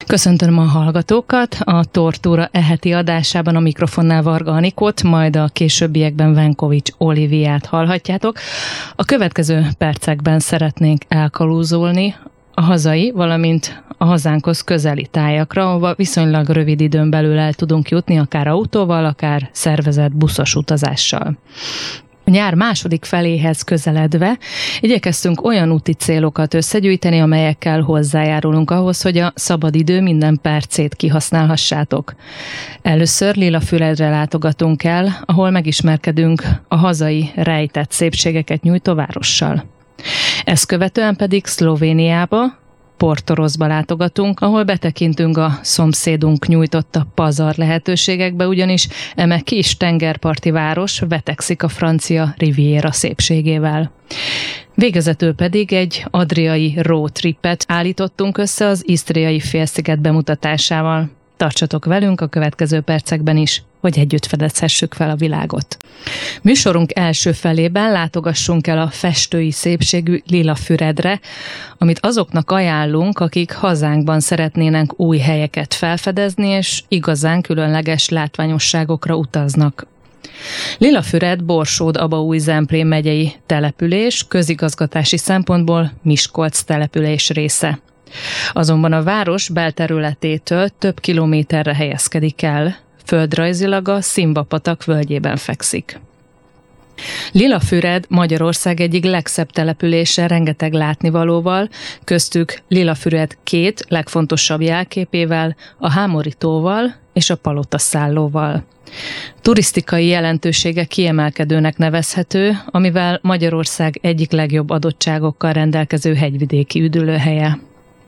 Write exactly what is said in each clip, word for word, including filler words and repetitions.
Köszöntöm a hallgatókat, a Tortúra eheti adásában a mikrofonnál Varga Anikót, majd a későbbiekben Venkovics Oliviát hallhatjátok. A következő percekben szeretnénk elkalózolni a hazai, valamint a hazánkhoz közeli tájakra, ahova viszonylag rövid időn belül el tudunk jutni, akár autóval, akár szervezett buszos utazással. A nyár második feléhez közeledve igyekeztünk olyan úti célokat összegyűjteni, amelyekkel hozzájárulunk ahhoz, hogy a szabadidő minden percét kihasználhassátok. Először Lilafüredre látogatunk el, ahol megismerkedünk a hazai rejtett szépségeket nyújtó várossal. Ezt követően pedig Szlovéniába, Portoroszba látogatunk, ahol betekintünk a szomszédunk nyújtotta pazar lehetőségekbe, ugyanis eme kis tengerparti város vetekszik a francia Riviera szépségével. Végezetül pedig egy adriai roadtrippet állítottunk össze az isztriai félsziget bemutatásával. Tartsatok velünk a következő percekben is, hogy együtt fedezhessük fel a világot. Műsorunk első felében látogassunk el a festői szépségű Lilafüredre, amit azoknak ajánlunk, akik hazánkban szeretnének új helyeket felfedezni, és igazán különleges látványosságokra utaznak. Lilafüred Borsód-Abaúj-Zemplén megyei település, közigazgatási szempontból Miskolc település része. Azonban a város belterületétől több kilométerre helyezkedik el, földrajzilag a Szimba-patak völgyében fekszik. Lilafüred Magyarország egyik legszebb települése rengeteg látnivalóval, köztük Lilafüred két legfontosabb jelképével, a Hámorítóval és a Palotaszállóval. Turisztikai jelentősége kiemelkedőnek nevezhető, amivel Magyarország egyik legjobb adottságokkal rendelkező hegyvidéki üdülőhelye.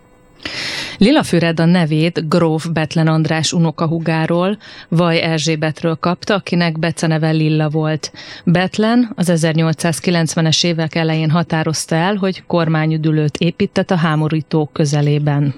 Lilafüred a nevét gróf Bethlen András unokahúgáról, Vaj Erzsébetről kapta, akinek beceneve Lilla volt. Bethlen az ezernyolcszázkilencvenes évek elején határozta el, hogy kormányüdülőt épített a Hámorító közelében.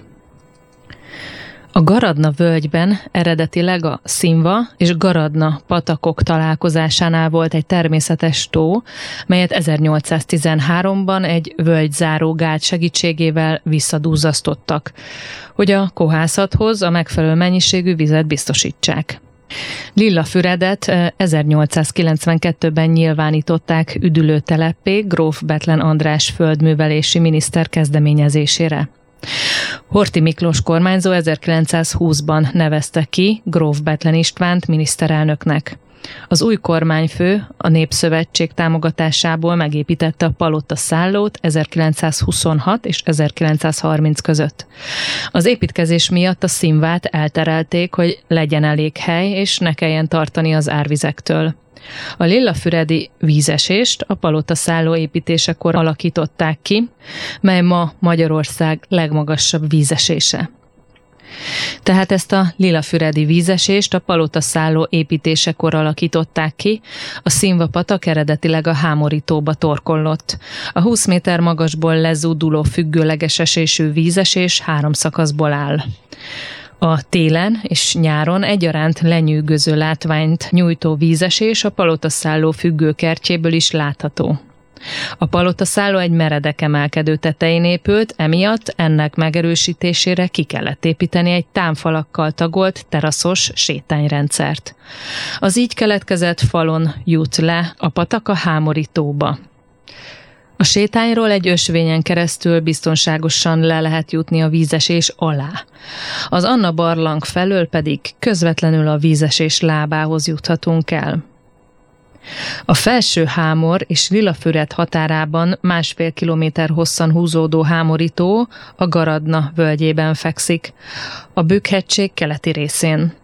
A Garadna völgyben eredetileg a Szimva és Garadna patakok találkozásánál volt egy természetes tó, melyet ezernyolcszáztizenháromban egy völgyzáró gát segítségével visszadúzzasztottak, hogy a kohászathoz a megfelelő mennyiségű vizet biztosítsák. Lilafüredet ezernyolcszázkilencvenkettőben nyilvánították üdülőteleppé gróf Bethlen András földművelési miniszter kezdeményezésére. Horthy Miklós kormányzó ezerkilencszázhúszban nevezte ki gróf Bethlen Istvánt miniszterelnöknek. Az új kormányfő a Népszövetség támogatásából megépítette a Palotaszállót ezerkilencszázhuszonhat és ezerkilencszázharminc között. Az építkezés miatt a Szimvát elterelték, hogy legyen elég hely, és ne kelljen tartani az árvizektől. A lilafüredi vízesést a Palotaszálló építésekor alakították ki, mely ma Magyarország legmagasabb vízesése. Tehát ezt a lilafüredi vízesést a Palotaszálló építésekor alakították ki, a Szimva-patak eredetileg a Hámorítóba torkollott. A húsz méter magasból lezúduló függőleges esésű vízesés három szakaszból áll. A télen és nyáron egyaránt lenyűgöző látványt nyújtó vízesés a Palotaszálló függőkertjéből is látható. A Palotaszálló egy meredek emelkedő tetején épült, emiatt ennek megerősítésére ki kellett építeni egy támfalakkal tagolt teraszos sétányrendszert. Az így keletkezett falon jut le a patak a Hámorítóba. A sétányról egy ösvényen keresztül biztonságosan le lehet jutni a vízesés alá. Az Anna barlang felől pedig közvetlenül a vízesés lábához juthatunk el. A Felső Hámor és Lilafüred határában másfél kilométer hosszan húzódó Hámorító a Garadna völgyében fekszik, a Bükk-hegység keleti részén.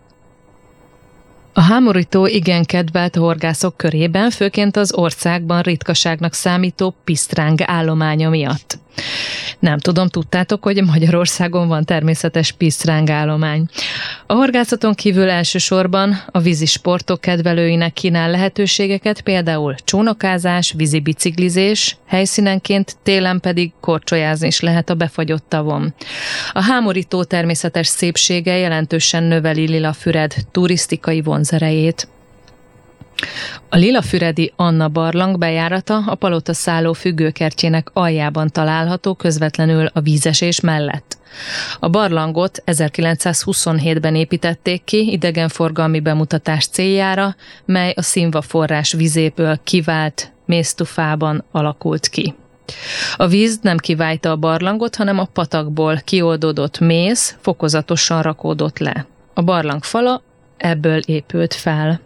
A Hámorító igen kedvelt a horgászok körében, főként az országban ritkaságnak számító pisztráng állománya miatt. Nem tudom, tudtátok, hogy Magyarországon van természetes pisztráng állomány. A horgászaton kívül elsősorban a vízi sportok kedvelőinek kínál lehetőségeket, például csónakázás, vízi biciklizés, helyszínenként télen pedig korcsolyázni is lehet a befagyott tavon. A Hámorító természetes szépsége jelentősen növeli Lilafüred turisztikai vonzerejét. A Lilafüredi Anna barlang bejárata a Palotaszálló függőkertjének aljában található, közvetlenül a vízesés mellett. A barlangot ezerkilencszázhuszonhétben építették ki idegenforgalmi bemutatás céljára, mely a Szinnva forrás vizéből kivált méztufában alakult ki. A víz nem kiválta a barlangot, hanem a patakból kioldódott méz fokozatosan rakódott le. A barlang fala ebből épült fel.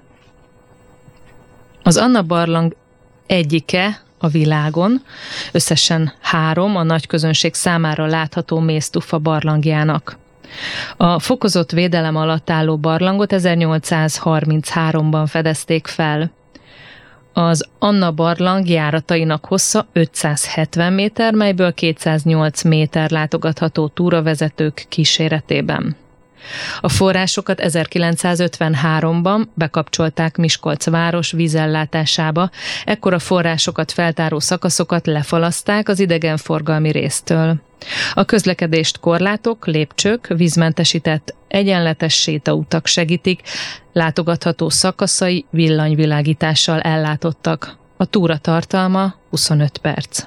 Az Anna barlang egyike a világon, összesen három a nagy közönség számára látható méztufa barlangjának. A fokozott védelem alatt álló barlangot ezernyolcszázharmincháromban fedezték fel. Az Anna barlang járatainak hossza ötszázhetven méter, melyből kétszáznyolc méter látogatható túravezetők kíséretében. A forrásokat ezerkilencszázötvenháromban bekapcsolták Miskolc város vízellátásába, ekkor a forrásokat feltáró szakaszokat lefalaszták az idegenforgalmi résztől. A közlekedést korlátok, lépcsők, vízmentesített egyenletes sétautak segítik, látogatható szakaszai villanyvilágítással ellátottak. A túra tartalma huszonöt perc.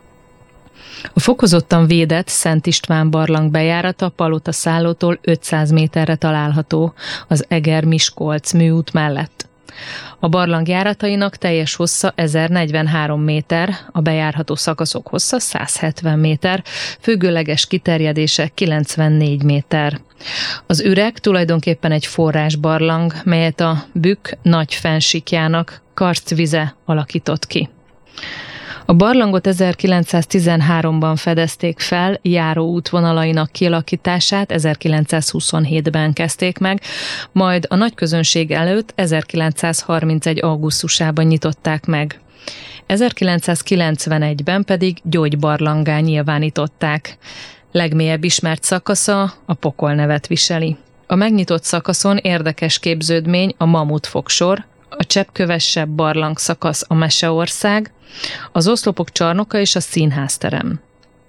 A fokozottan védett Szent István barlang bejárata Palotaszállótól ötszáz méterre található az Eger-Miskolc műút mellett. A barlang járatainak teljes hossza ezernegyvenhárom méter, a bejárható szakaszok hossza százhetven méter, függőleges kiterjedése kilencvennégy méter. Az üreg tulajdonképpen egy forrásbarlang, melyet a Bükk nagy fennsíkjának karstvize alakított ki. A barlangot ezerkilencszáztizenháromban fedezték fel, járó útvonalainak kialakítását ezerkilencszázhuszonhétben kezdték meg, majd a nagy közönség előtt ezerkilencszázharmincegy augusztusában nyitották meg. ezerkilencszázkilencvenegyben pedig gyógybarlanggá nyilvánították. Legmélyebb ismert szakasza a Pokol nevet viseli. A megnyitott szakaszon érdekes képződmény a Mamut fogsor, a cseppkövesebb barlang szakasz a Meseország, az oszlopok csarnoka és a színházterem.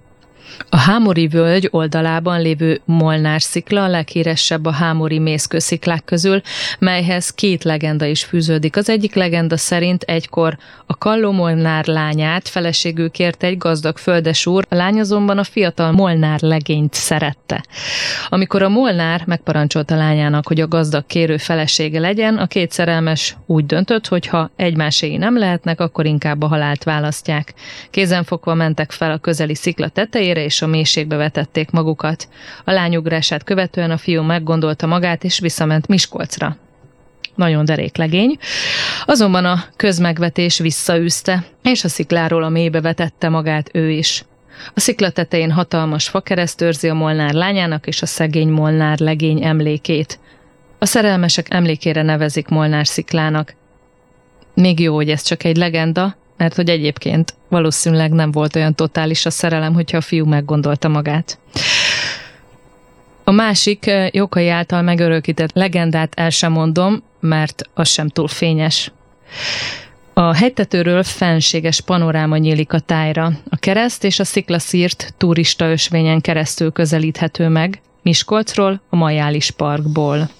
A Hámori völgy oldalában lévő Molnár szikla a leghíresebb a hámori mészkősziklák közül, melyhez két legenda is fűződik. Az egyik legenda szerint egykor a Kalló Molnár lányát feleségül kérte egy gazdag földesúr, a lány azonban a fiatal Molnár legényt szerette. Amikor a Molnár megparancsolta lányának, hogy a gazdag kérő felesége legyen, a két szerelmes úgy döntött, hogy ha egymáséi nem lehetnek, akkor inkább a halált választják. Kézenfogva mentek fel a közeli szikla tetejére, és a mélységbe vetették magukat. A lány ugrását követően a fiú meggondolta magát, és visszament Miskolcra. Nagyon derék legény. Azonban a közmegvetés visszaűzte, és a szikláról a mélybe vetette magát ő is. A szikla tetején hatalmas fakereszt őrzi a Molnár lányának és a szegény Molnár legény emlékét. A szerelmesek emlékére nevezik Molnár sziklának. Még jó, hogy ez csak egy legenda, mert hogy egyébként valószínűleg nem volt olyan totális a szerelem, hogyha a fiú meggondolta magát. A másik Jókai által megörökített legendát el sem mondom, mert az sem túl fényes. A hegytetőről fenséges panoráma nyílik a tájra. A kereszt és a sziklaszírt turista ösvényen keresztül közelíthető meg, Miskolcról, a Majális parkból.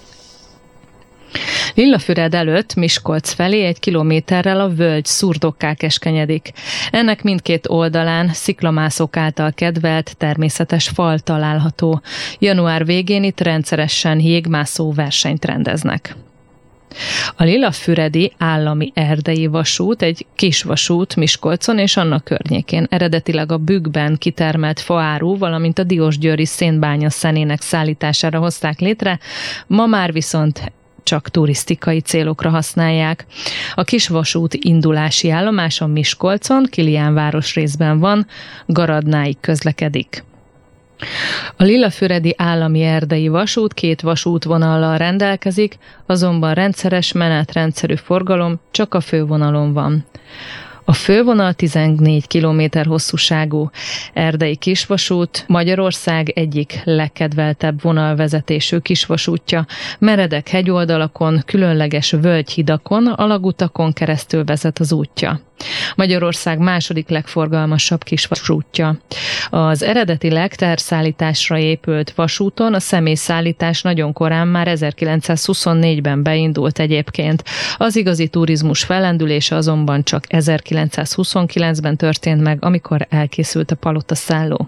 Lillafüred előtt Miskolc felé egy kilométerrel a völgy szurdokká keskenyedik. Ennek mindkét oldalán sziklamászók által kedvelt természetes fal található. Január végén itt rendszeresen jégmászó versenyt rendeznek. A Lilafüredi Állami Erdei Vasút egy kis vasút Miskolcon és annak környékén. Eredetileg a Bükkben kitermelt faáru, valamint a diósgyőri szénbánya szenének szállítására hozták létre, ma már viszont csak turisztikai célokra használják. A kisvasút indulási állomáson Miskolcon, Kilián városrészben van, Garadnáig közlekedik. A Lilafüredi Állami Erdei Vasút két vasútvonallal rendelkezik, azonban rendszeres menetrendszerű forgalom csak a fővonalon van. A fővonal tizennégy kilométer hosszúságú erdei kisvasút, Magyarország egyik legkedveltebb vonalvezetésű kisvasútja. Meredek hegyoldalakon, különleges völgyhidakon, alagutakon keresztül vezet az útja. Magyarország második legforgalmasabb kisvasútja. Az eredetileg teherszállításra épült vasúton a személyszállítás nagyon korán, már ezerkilencszázhuszonnégyben beindult egyébként. Az igazi turizmus fellendülése azonban csak ezerkilencszázhuszonkilencben történt meg, amikor elkészült a palotaszálló.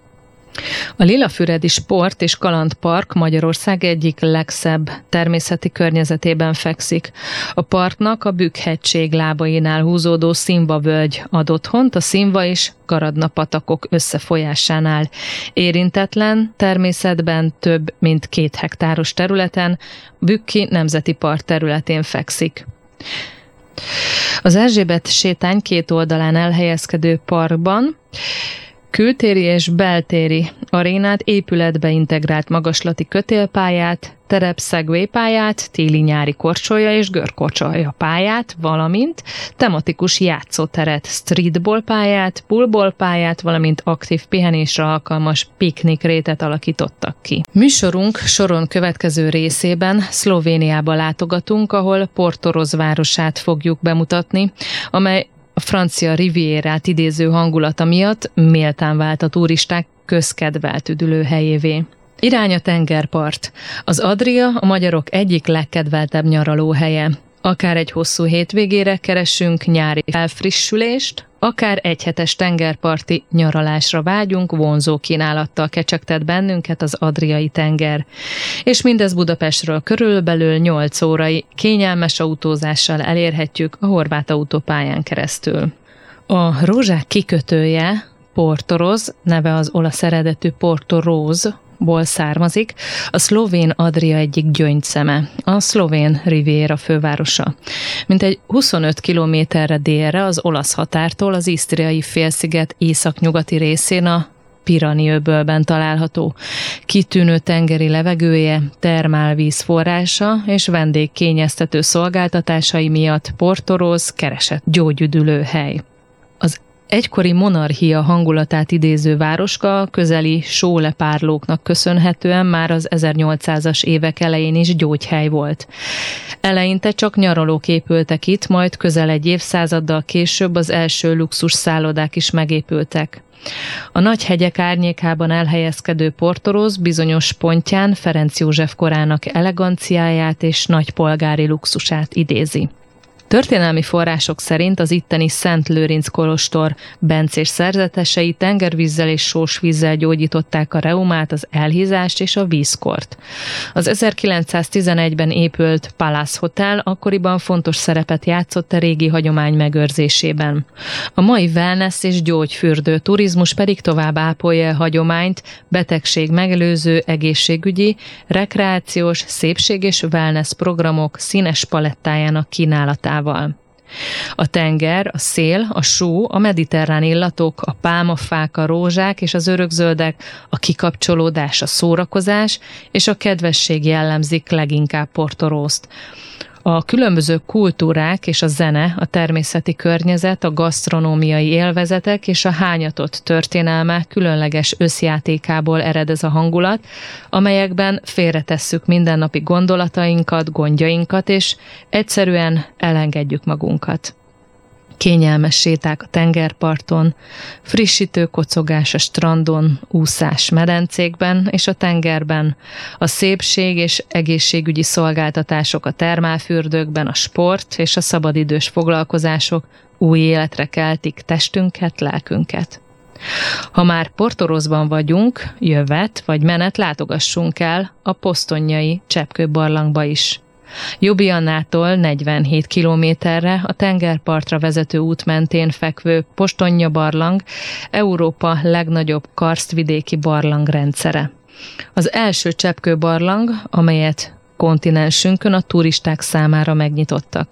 A Lilafüredi Sport és Kalandpark Magyarország egyik legszebb természeti környezetében fekszik. A parknak a Bükk-hegység lábainál húzódó Szimva völgy ad otthont, a Szimva és Garadna patakok összefolyásánál. Érintetlen természetben több mint két hektáros területen, Bükki Nemzeti Park területén fekszik. Az Erzsébet sétány két oldalán elhelyezkedő parkban kültéri és beltéri arénát, épületbe integrált magaslati kötélpályát, terep szegway pályát, téli-nyári korcsolya és görkorcsolya pályát, valamint tematikus játszóteret, streetball pályát, poolball pályát, valamint aktív pihenésre alkalmas piknikrétet alakítottak ki. Műsorunk soron következő részében Szlovéniába látogatunk, ahol Portoroz városát fogjuk bemutatni, amely a francia rivierát idéző hangulata miatt méltán vált a turisták közkedvelt üdülőhelyévé. Irány a tengerpart. Az Adria a magyarok egyik legkedveltebb nyaralóhelye. Akár egy hosszú hétvégére keressünk nyári felfrissülést, akár egyhetes tengerparti nyaralásra vágyunk, vonzó kínálattal kecsegtet bennünket az Adriai tenger. És mindez Budapestről körülbelül nyolc órai kényelmes autózással elérhetjük a horvát autópályán keresztül. A rózsák kikötője, Portoroz, neve az olasz eredetű Portoroz, ból származik, a szlovén Adria egyik gyöngyszeme, a szlovén Riviera fővárosa. Mintegy huszonöt kilométerre délre az olasz határtól az isztriai félsziget északnyugati részén a Pirani-öbölben található. Kitűnő tengeri levegője, termálvíz forrása és vendégkényeztető szolgáltatásai miatt Portoroz keresett gyógyüdülőhely. Az egykori monarchia hangulatát idéző városka közeli sólepárlóknak köszönhetően már az ezernyolcszázas évek elején is gyógyhely volt. Eleinte csak nyaralók épültek itt, majd közel egy évszázaddal később az első luxus szállodák is megépültek. A nagy hegyek árnyékában elhelyezkedő Portoroz bizonyos pontján Ferenc József korának eleganciáját és nagy polgári luxusát idézi. Történelmi források szerint az itteni Szent Lőrinc kolostor bencés szerzetesei tengervízzel és sósvízzel gyógyították a reumát, az elhízást és a vízkort. Az ezerkilencszáztizenegyben épült Palace Hotel akkoriban fontos szerepet játszott a régi hagyomány megőrzésében. A mai wellness és gyógyfürdő turizmus pedig tovább ápolja a hagyományt, betegség megelőző egészségügyi, rekreációs, szépség és wellness programok színes palettájának kínálatával. A tenger, a szél, a só, a mediterrán illatok, a pálmafák, a rózsák és az örökzöldek, a kikapcsolódás, a szórakozás és a kedvesség jellemzik leginkább Portorozt. A különböző kultúrák és a zene, a természeti környezet, a gasztronómiai élvezetek és a hányatott történelme különleges összjátékából ered ez a hangulat, amelyekben félretesszük mindennapi gondolatainkat, gondjainkat, és egyszerűen elengedjük magunkat. Kényelmes séták a tengerparton, frissítő kocogás a strandon, úszás medencékben és a tengerben, a szépség és egészségügyi szolgáltatások a termálfürdőkben, a sport és a szabadidős foglalkozások új életre keltik testünket, lelkünket. Ha már Portorozban vagyunk, jövet vagy menet látogassunk el a posztonnyai cseppkőbarlangba is. Jobbiannától negyvenhét kilométerre a tengerpartra vezető út mentén fekvő Postonnya barlang Európa legnagyobb karsztvidéki barlangrendszere. Az első cseppkőbarlang, amelyet kontinensünkön a turisták számára megnyitottak.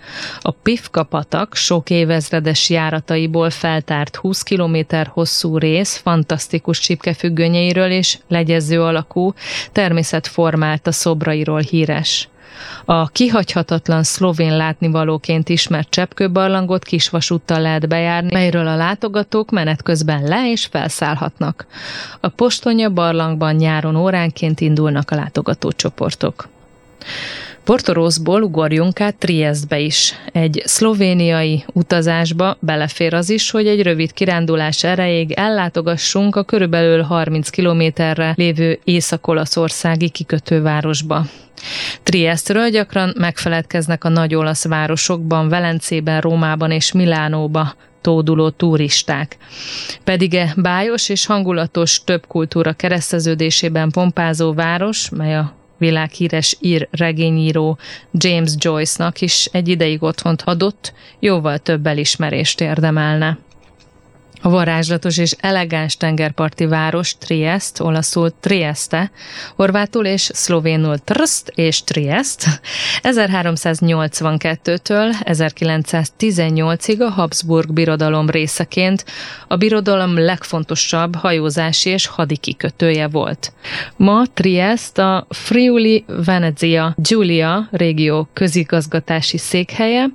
A Pifka-patak sok évezredes járataiból feltárt húsz kilométer hosszú rész fantasztikus csipkefüggönyeiről és legyező alakú, természetformálta szobrairól híres. A kihagyhatatlan szlovén látnivalóként ismert Cseppkő-barlangot kisvasúttal lehet bejárni, melyről a látogatók menet közben le- és felszállhatnak. A Postonya barlangban nyáron óránként indulnak a látogatócsoportok. Portoroszból ugorjunk át Triestbe is. Egy szlovéniai utazásba belefér az is, hogy egy rövid kirándulás erejéig ellátogassunk a körülbelül harminc kilométerre lévő észak-olaszországi kikötővárosba. Triestről gyakran megfeledkeznek a nagy olasz városokban, Velencében, Rómában és Milánóba tóduló turisták. Pedig e bájos és hangulatos több kultúra kereszteződésében pompázó város, mely a világhíres ír regényíró James Joyce-nak is egy ideig otthont adott, jóval több elismerést érdemelne. A varázslatos és elegáns tengerparti város Triest, olaszul Trieste, horvátul és szlovénul Trst és Triest, ezerháromszáznyolcvankettőtől ezerkilencszáztizennyolcig a Habsburg birodalom részeként a birodalom legfontosabb hajózási és hadikikötője volt. Ma Triest a Friuli Venezia Giulia régió közigazgatási székhelye,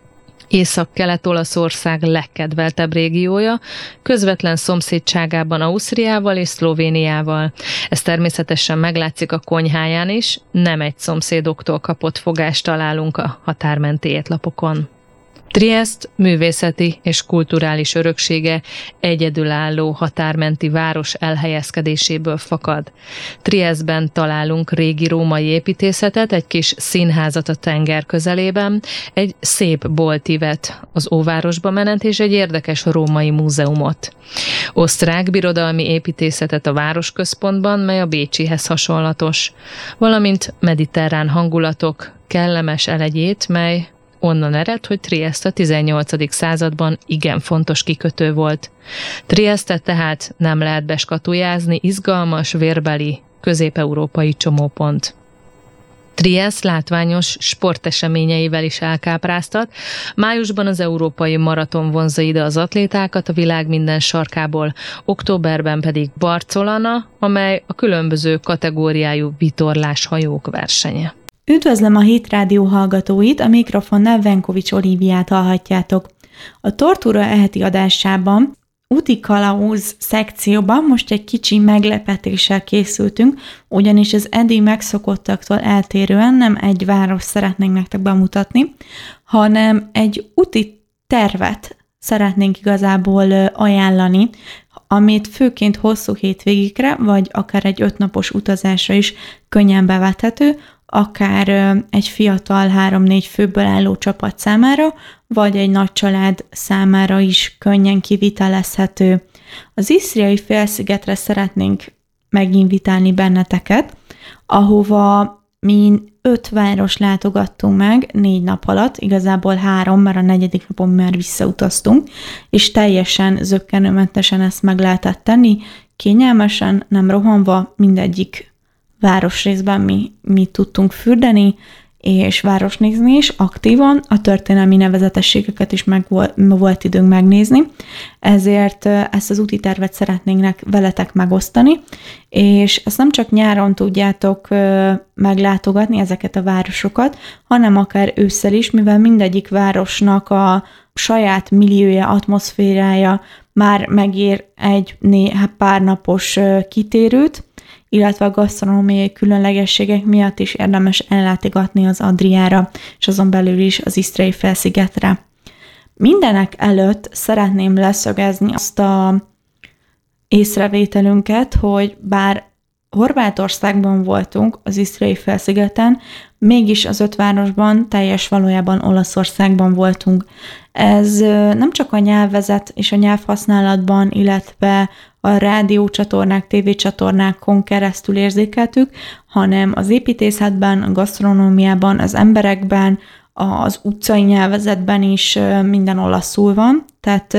Észak-Kelet-Olaszország legkedveltebb régiója, közvetlen szomszédságában Ausztriával és Szlovéniával. Ez természetesen meglátszik a konyháján is, nem egy szomszédoktól kapott fogást találunk a határmenti étlapokon. Triest művészeti és kulturális öröksége egyedülálló határmenti város elhelyezkedéséből fakad. Triestben találunk régi római építészetet, egy kis színházat a tenger közelében, egy szép boltívet az óvárosba menent és egy érdekes római múzeumot. Osztrák birodalmi építészetet a városközpontban, mely a bécsihez hasonlatos, valamint mediterrán hangulatok kellemes elegyét, mely onnan ered, hogy Triest a tizennyolcadik században igen fontos kikötő volt. Triestet tehát nem lehet beskatujázni, izgalmas, vérbeli, közép-európai csomópont. Triest látványos sporteseményeivel is elkápráztat. Májusban az európai maraton vonzza ide az atlétákat a világ minden sarkából, októberben pedig Barcelona, amely a különböző kategóriájú vitorláshajók versenye. Üdvözlöm a Hit Rádió hallgatóit, a mikrofonnál Venkovics Olíviát hallhatjátok. A Tortúra eheti adásában úti kalauz szekcióban most egy kicsi meglepetéssel készültünk, ugyanis az eddig megszokottaktól eltérően nem egy város szeretnénk nektek bemutatni, hanem egy úti tervet szeretnénk igazából ajánlani, amit főként hosszú hétvégigre, vagy akár egy ötnapos utazásra is könnyen bevethető, akár egy fiatal három-négy főből álló csapat számára, vagy egy nagy család számára is könnyen kivitelezhető. Az Isztriai félszigetre szeretnénk meginvitálni benneteket, ahova mi öt város látogattunk meg négy nap alatt, igazából három, mert a negyedik napon már visszautaztunk, és teljesen zökkenőmentesen ezt meg lehetett tenni, kényelmesen, nem rohanva, mindegyik városrészben mi, mi tudtunk fürdeni, és városnézni is aktívan, a történelmi nevezetességeket is meg volt, volt időnk megnézni, ezért ezt az úti tervet szeretnénk veletek megosztani, és ezt nem csak nyáron tudjátok meglátogatni ezeket a városokat, hanem akár ősszel is, mivel mindegyik városnak a saját milliója, atmoszférája már megér egy né, pár napos kitérőt, illetve a gasztronómiai különlegességek miatt is érdemes ellátogatni az Adriára, és azon belül is az Isztriai félszigetre. Mindenek előtt szeretném leszögezni azt a észrevételünket, hogy bár Horvátországban voltunk, az Isztriai félszigeten, mégis az öt városban teljes valójában Olaszországban voltunk. Ez nem csak a nyelvezet és a nyelvhasználatban, illetve a rádiócsatornák, tévécsatornákon keresztül érzékeltük, hanem az építészetben, a gasztronómiában, az emberekben, az utcai nyelvezetben is minden olaszul van. Tehát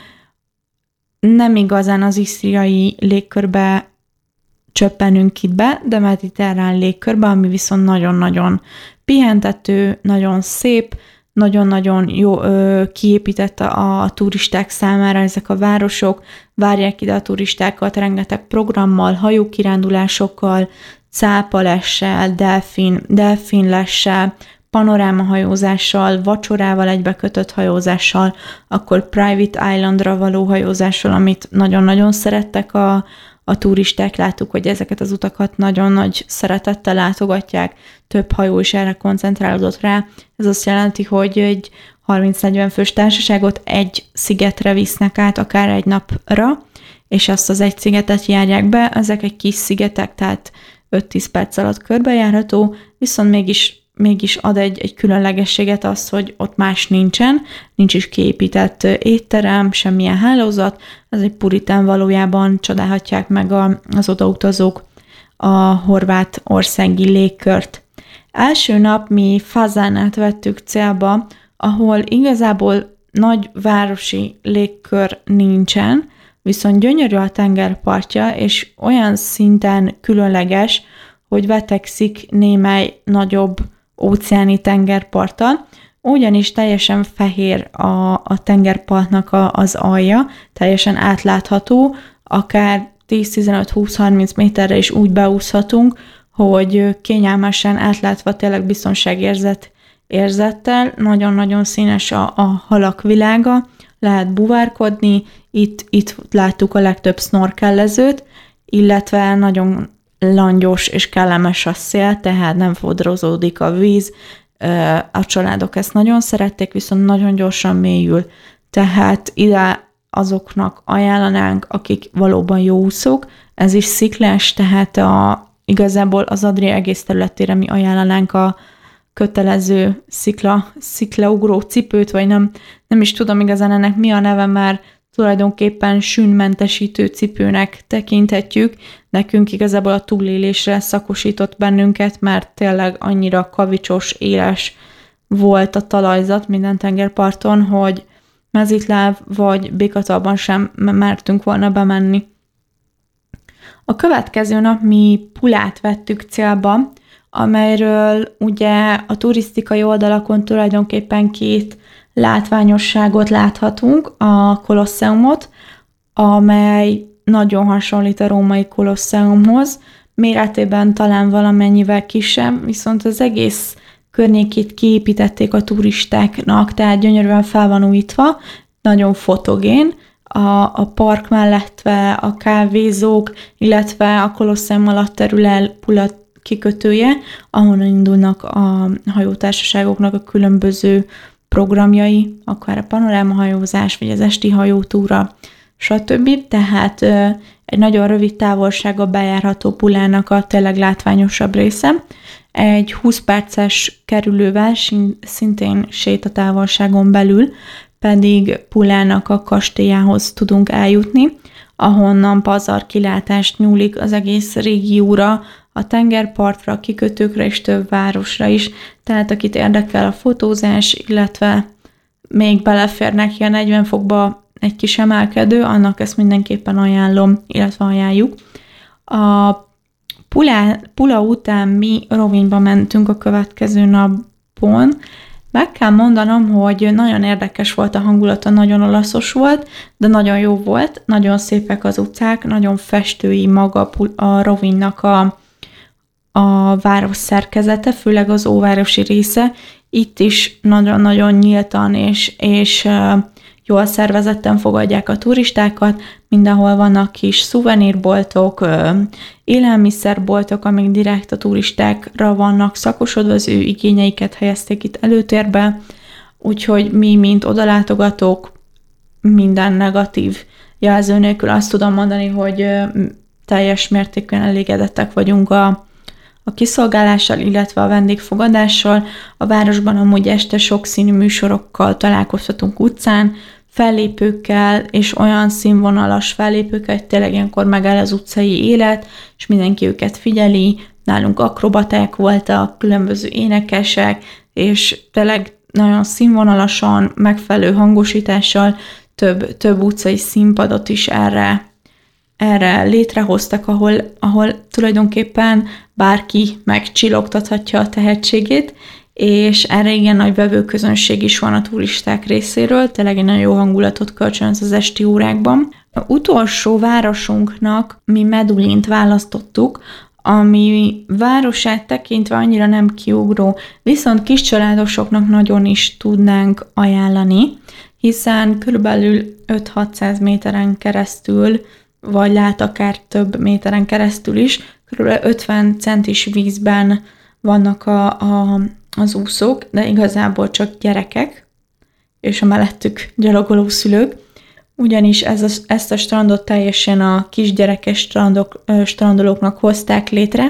nem igazán az isztriai légkörbe csöppenünk itt be, de mediterrán légkörbe, ami viszont nagyon-nagyon pihentető, nagyon szép, nagyon-nagyon jó ö, kiépített a, a turisták számára ezek a városok, várják ide a turistákat rengeteg programmal, hajókirándulásokkal, cápalessel, delfin, delfinlessel, panorámahajózással, vacsorával egybekötött hajózással, akkor Private Islandra való hajózással, amit nagyon-nagyon szerettek a, a turisták. Láttuk, hogy ezeket az utakat nagyon nagy szeretettel látogatják, több hajó is erre koncentrálódott rá. Ez azt jelenti, hogy egy harminc-negyven fős társaságot egy szigetre visznek át, akár egy napra, és azt az egy szigetet járják be. Ezek egy kis szigetek, tehát öt-tíz perc alatt körbejárható, viszont mégis mégis ad egy, egy különlegességet az, hogy ott más nincsen, nincs is kiépített étterem, semmilyen hálózat, ez egy puritán, valójában csodálhatják meg a, az odautazók a horvát országi légkört. Első nap mi Fazanát vettük célba, ahol igazából nagy városi légkör nincsen, viszont gyönyörű a tengerpartja, és olyan szinten különleges, hogy vetekszik némely nagyobb óceáni tengerparttal, ugyanis teljesen fehér a, a tengerpartnak a, az alja, teljesen átlátható, akár tíz-tizenöt-húsz-harminc méterre is úgy beúszhatunk, hogy kényelmesen átlátva, tényleg biztonságérzet érzettel, nagyon-nagyon színes a, a halak világa, lehet buvárkodni, itt, itt láttuk a legtöbb snorkellezőt, illetve nagyon langyos és kellemes a szél, tehát nem fodrozódik a víz. A családok ezt nagyon szerették, viszont nagyon gyorsan mélyül. Tehát ide azoknak ajánlanánk, akik valóban jó úszók. Ez is sziklás, tehát a, igazából az Adria egész területére mi ajánlanánk a kötelező szikla, sziklaugró cipőt, vagy nem, nem is tudom igazán ennek mi a neve, már tulajdonképpen sűnmentesítő cipőnek tekinthetjük. Nekünk igazából a túlélésre szakosított bennünket, mert tényleg annyira kavicsos, éles volt a talajzat minden tengerparton, hogy mezitláb vagy békatalban sem mertünk volna bemenni. A következő nap mi Pulát vettük célba, amelyről ugye a turisztikai oldalakon tulajdonképpen két látványosságot láthatunk, a Kolosseumot, amely nagyon hasonlít a római Kolosseumhoz, méretében talán valamennyivel kisebb, viszont az egész környékét kiépítették a turistáknak, tehát gyönyörűen fel van újítva, nagyon fotogén, a, a park mellettve a kávézók, illetve a Kolosseum alatt terül el Pula kikötője, ahonnan indulnak a hajótársaságoknak a különböző programjai, akár a panorámahajózás, vagy az esti hajótúra, stb. Tehát egy nagyon rövid távolsága bejárható Pulának a tényleg látványosabb része. Egy húsz perces kerülővel, szintén sétatávolságon belül pedig Pulának a kastélyához tudunk eljutni, ahonnan pazarkilátást nyúlik az egész régióra, a tengerpartra, a kikötőkre és több városra is. Tehát akit érdekel a fotózás, illetve még beleférnek ilyen negyven fokba egy kis emelkedő, annak ezt mindenképpen ajánlom, illetve ajánljuk. A Pula, Pula után mi Rovinjba mentünk a következő napon. Meg kell mondanom, hogy nagyon érdekes volt a hangulata, nagyon olaszos volt, de nagyon jó volt, nagyon szépek az utcák, nagyon festői maga a Rovinjnak a, a város szerkezete, főleg az óvárosi része. Itt is nagyon-nagyon nyíltan és, és jól szervezetten fogadják a turistákat, mindenhol vannak kis szuvenírboltok, élelmiszerboltok, amik direkt a turistákra vannak szakosodva, az ő igényeiket helyezték itt előtérbe, úgyhogy mi, mint odalátogatók, minden negatív jelző nélkül azt tudom mondani, hogy teljes mértékben elégedettek vagyunk a a kiszolgálással, illetve a vendégfogadással. A városban amúgy este sokszínű műsorokkal találkozhatunk utcán, fellépőkkel, és olyan színvonalas fellépőkkel, hogy tényleg ilyenkor megáll az utcai élet, és mindenki őket figyeli. Nálunk akrobaták voltak, különböző énekesek, és tényleg nagyon színvonalasan, megfelelő hangosítással több, több utcai színpadot is erre erre létrehoztak, ahol, ahol tulajdonképpen bárki megcsillogtathatja a tehetségét, és erre igen nagy vevőközönség is van a turisták részéről, tényleg egy nagyon jó hangulatot kölcsönöz az esti órákban. A utolsó városunknak mi Medulint választottuk, ami városát tekintve annyira nem kiugró, viszont kiscsaládosoknak nagyon is tudnánk ajánlani, hiszen körülbelül öt-hatszáz méteren keresztül, vagy lát akár több méteren keresztül is, körülbelül ötven centis vízben vannak a, a, az úszók, de igazából csak gyerekek, és a mellettük gyalogoló szülők, ugyanis ez a, ezt a strandot teljesen a kisgyerekes strandok, strandolóknak hozták létre.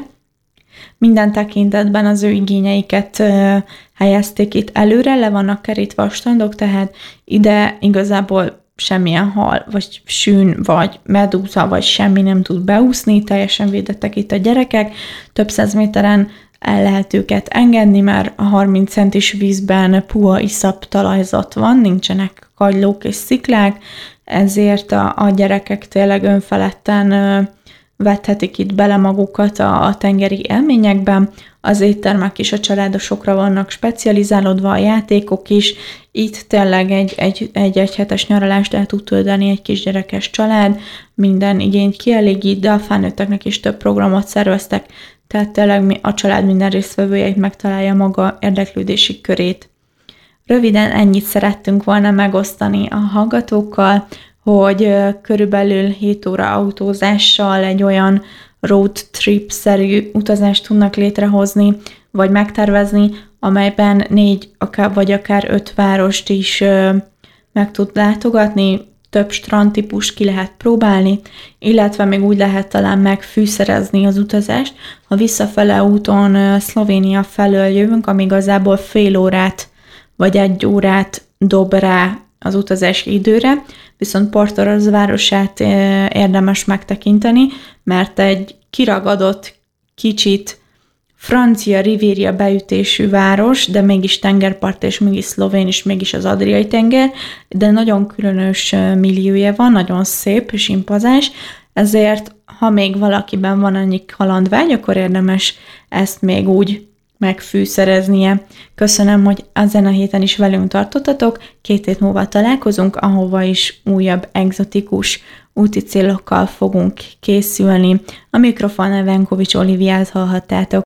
Minden tekintetben az ő igényeiket helyezték itt előre, le vannak kerítve a strandok, tehát ide igazából semmilyen hal, vagy sűn, vagy medúza, vagy semmi nem tud beúszni, teljesen védettek itt a gyerekek, több száz méteren el lehet őket engedni, mert a harminc centis vízben puha iszap talajzat van, nincsenek kagylók és sziklák, ezért a, a gyerekek tényleg önfeledten ö, vethetik itt bele magukat a, a tengeri élményekben, az éttermek is a családosokra vannak specializálódva, a játékok is, itt tényleg egy, egy, egy egyhetes nyaralást el tud tölteni egy kisgyerekes család, minden igényt kielégít, de a felnőtteknek is több programot szerveztek, tehát tényleg a család minden résztvevője megtalálja maga érdeklődési körét. Röviden ennyit szerettünk volna megosztani a hallgatókkal, hogy körülbelül hét óra autózással egy olyan road trip-szerű utazást tudnak létrehozni, vagy megtervezni, amelyben négy akár, vagy akár öt várost is meg tud látogatni, több strandtípust ki lehet próbálni, illetve még úgy lehet talán megfűszerezni az utazást, ha visszafele úton Szlovénia felől jövünk, ami igazából fél órát vagy egy órát dob rá az utazás időre, viszont Portoroz városát érdemes megtekinteni, mert egy kiragadott, kicsit francia rivéria beütésű város, de mégis tengerpart, és mégis szlovén, és mégis az Adriai tenger, de nagyon különös milliója van, nagyon szép és impozás, ezért ha még valakiben van annyi kalandvágy, akkor érdemes ezt még úgy megfűszereznie. Köszönöm, hogy ezen a héten is velünk tartottatok, két hét múlva találkozunk, ahova is újabb egzotikus úti célokkal fogunk készülni. A mikrofonnál Venkovics Oliviát hallhattátok.